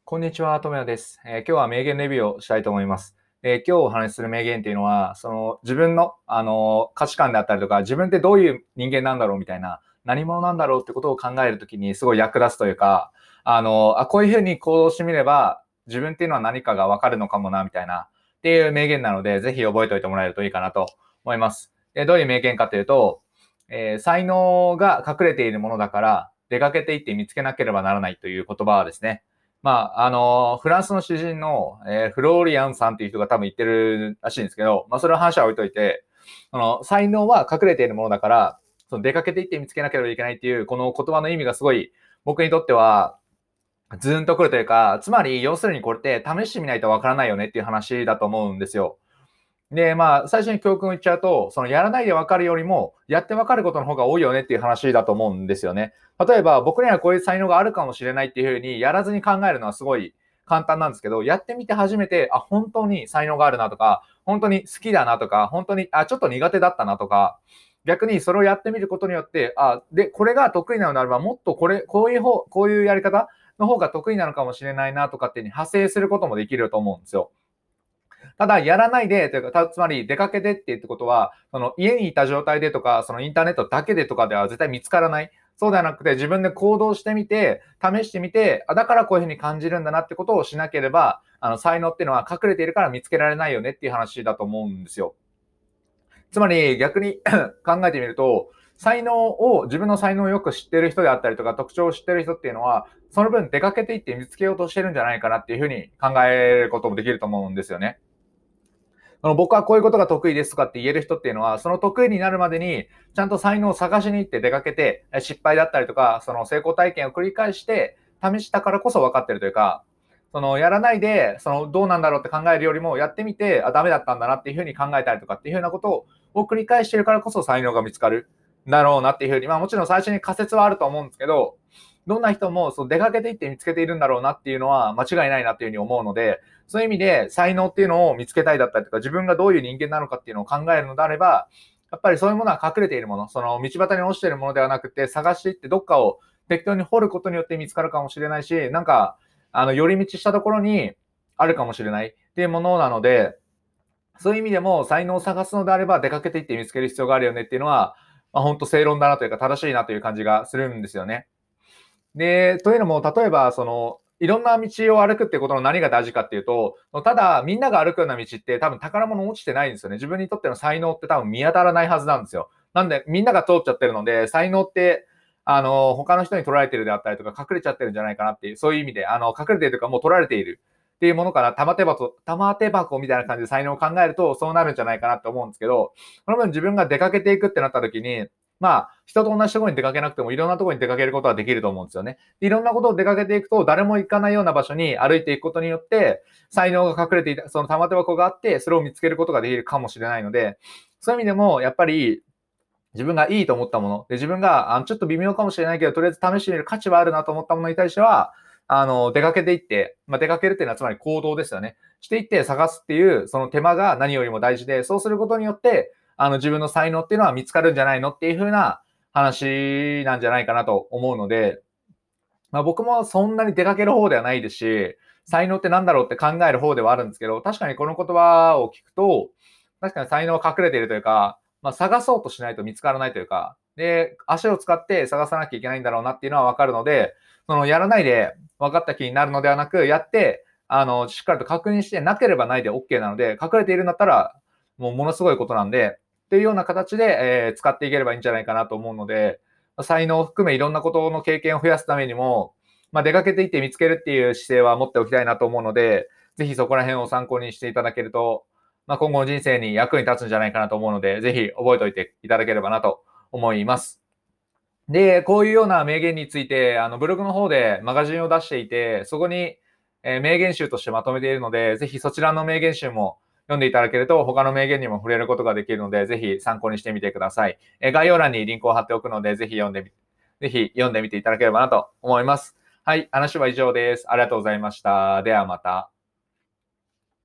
こんにちは、ともやです。今日は名言レビューをしたいと思います。今日お話しする名言っていうのは、自分の、価値観であったりとか、自分ってどういう人間なんだろうみたいな、何者なんだろうってことを考えるときにすごい役立つというか、こういうふうに行動してみれば、自分っていうのは何かがわかるのかもな、みたいな、っていう名言なので、ぜひ覚えておいてもらえるといいかなと思います。どういう名言かというと、才能が隠れているものだから、出かけていって見つけなければならないという言葉はですね、フランスの詩人の、フローリアンさんっていう人が多分言ってるらしいんですけど、それの話は置いといて、才能は隠れているものだから、出かけていって見つけなければいけないっていう、この言葉の意味がすごい、僕にとっては、ズーンとくるというか、つまり、要するにこれって試してみないとわからないよねっていう話だと思うんですよ。で、最初に教訓を言っちゃうと、やらないでわかるよりも、やってわかることの方が多いよねっていう話だと思うんですよね。例えば、僕にはこういう才能があるかもしれないっていうふうに、やらずに考えるのはすごい簡単なんですけど、やってみて初めて、本当に才能があるなとか、本当に好きだなとか、本当に、ちょっと苦手だったなとか、逆にそれをやってみることによって、これが得意なのであれば、もっとこういうやり方の方が得意なのかもしれないなとかっていうに派生することもできると思うんですよ。ただ、やらないで、というか、つまり出かけてって言ってことは、家にいた状態でとか、そのインターネットだけでとかでは絶対見つからない。そうではなくて、自分で行動してみて、試してみて、だからこういうふうに感じるんだなってことをしなければ、才能っていうのは隠れているから見つけられないよねっていう話だと思うんですよ。つまり、逆に考えてみると、自分の才能をよく知ってる人であったりとか、特徴を知ってる人っていうのは、その分出かけていって見つけようとしてるんじゃないかなっていうふうに考えることもできると思うんですよね。僕はこういうことが得意ですとかって言える人っていうのは、その得意になるまでに、ちゃんと才能を探しに行って出かけて、失敗だったりとか、その成功体験を繰り返して、試したからこそ分かってるというか、やらないで、どうなんだろうって考えるよりも、やってみて、ダメだったんだなっていうふうに考えたりとかっていうふうなことを繰り返してるからこそ才能が見つかるんだろうなっていうふうに、もちろん最初に仮説はあると思うんですけど、どんな人も出かけていって見つけているんだろうなっていうのは間違いないなっていうふうに思うので、そういう意味で才能っていうのを見つけたいだったりとか、自分がどういう人間なのかっていうのを考えるのであれば、やっぱりそういうものは隠れているもの、その道端に落ちているものではなくて、探していってどっかを適当に掘ることによって見つかるかもしれないし、寄り道したところにあるかもしれないっていうものなので、そういう意味でも才能を探すのであれば出かけていって見つける必要があるよねっていうのは、本当正論だなというか正しいなという感じがするんですよね。で、というのも、例えば、いろんな道を歩くってことの何が大事かっていうと、ただ、みんなが歩くような道って多分宝物落ちてないんですよね。自分にとっての才能って多分見当たらないはずなんですよ。なんで、みんなが通っちゃってるので、才能って、他の人に取られてるであったりとか、隠れちゃってるんじゃないかなっていう、そういう意味で、隠れているというか、もう取られているっていうものかな、玉手箱みたいな感じで才能を考えると、そうなるんじゃないかなと思うんですけど、その分自分が出かけていくってなった時に、人と同じところに出かけなくてもいろんなところに出かけることはできると思うんですよね。いろんなことを出かけていくと、誰も行かないような場所に歩いていくことによって、才能が隠れていた、その玉手箱があって、それを見つけることができるかもしれないので、そういう意味でも、やっぱり、自分がいいと思ったもの、で、自分が、ちょっと微妙かもしれないけど、とりあえず試してみる価値はあるなと思ったものに対しては、出かけていって、出かけるっていうのはつまり行動ですよね。していって探すっていう、その手間が何よりも大事で、そうすることによって、自分の才能っていうのは見つかるんじゃないのっていう風な話なんじゃないかなと思うので、僕もそんなに出かける方ではないですし、才能って何だろうって考える方ではあるんですけど、確かにこの言葉を聞くと、確かに才能は隠れているというか、探そうとしないと見つからないというか、で、足を使って探さなきゃいけないんだろうなっていうのはわかるので、やらないで分かった気になるのではなく、やって、しっかりと確認してなければないで OK なので、隠れているんだったら、もうものすごいことなんで、っていうような形で、使っていければいいんじゃないかなと思うので、才能を含めいろんなことの経験を増やすためにも、出かけていって見つけるっていう姿勢は持っておきたいなと思うので、ぜひそこら辺を参考にしていただけると、今後の人生に役に立つんじゃないかなと思うので、ぜひ覚えておいていただければなと思います。で、こういうような名言について、ブログの方でマガジンを出していて、そこに、名言集としてまとめているので、ぜひそちらの名言集も読んでいただけると、他の名言にも触れることができるので、ぜひ参考にしてみてください。概要欄にリンクを貼っておくので、ぜひ読んでみていただければなと思います。はい、話は以上です。ありがとうございました。ではまた。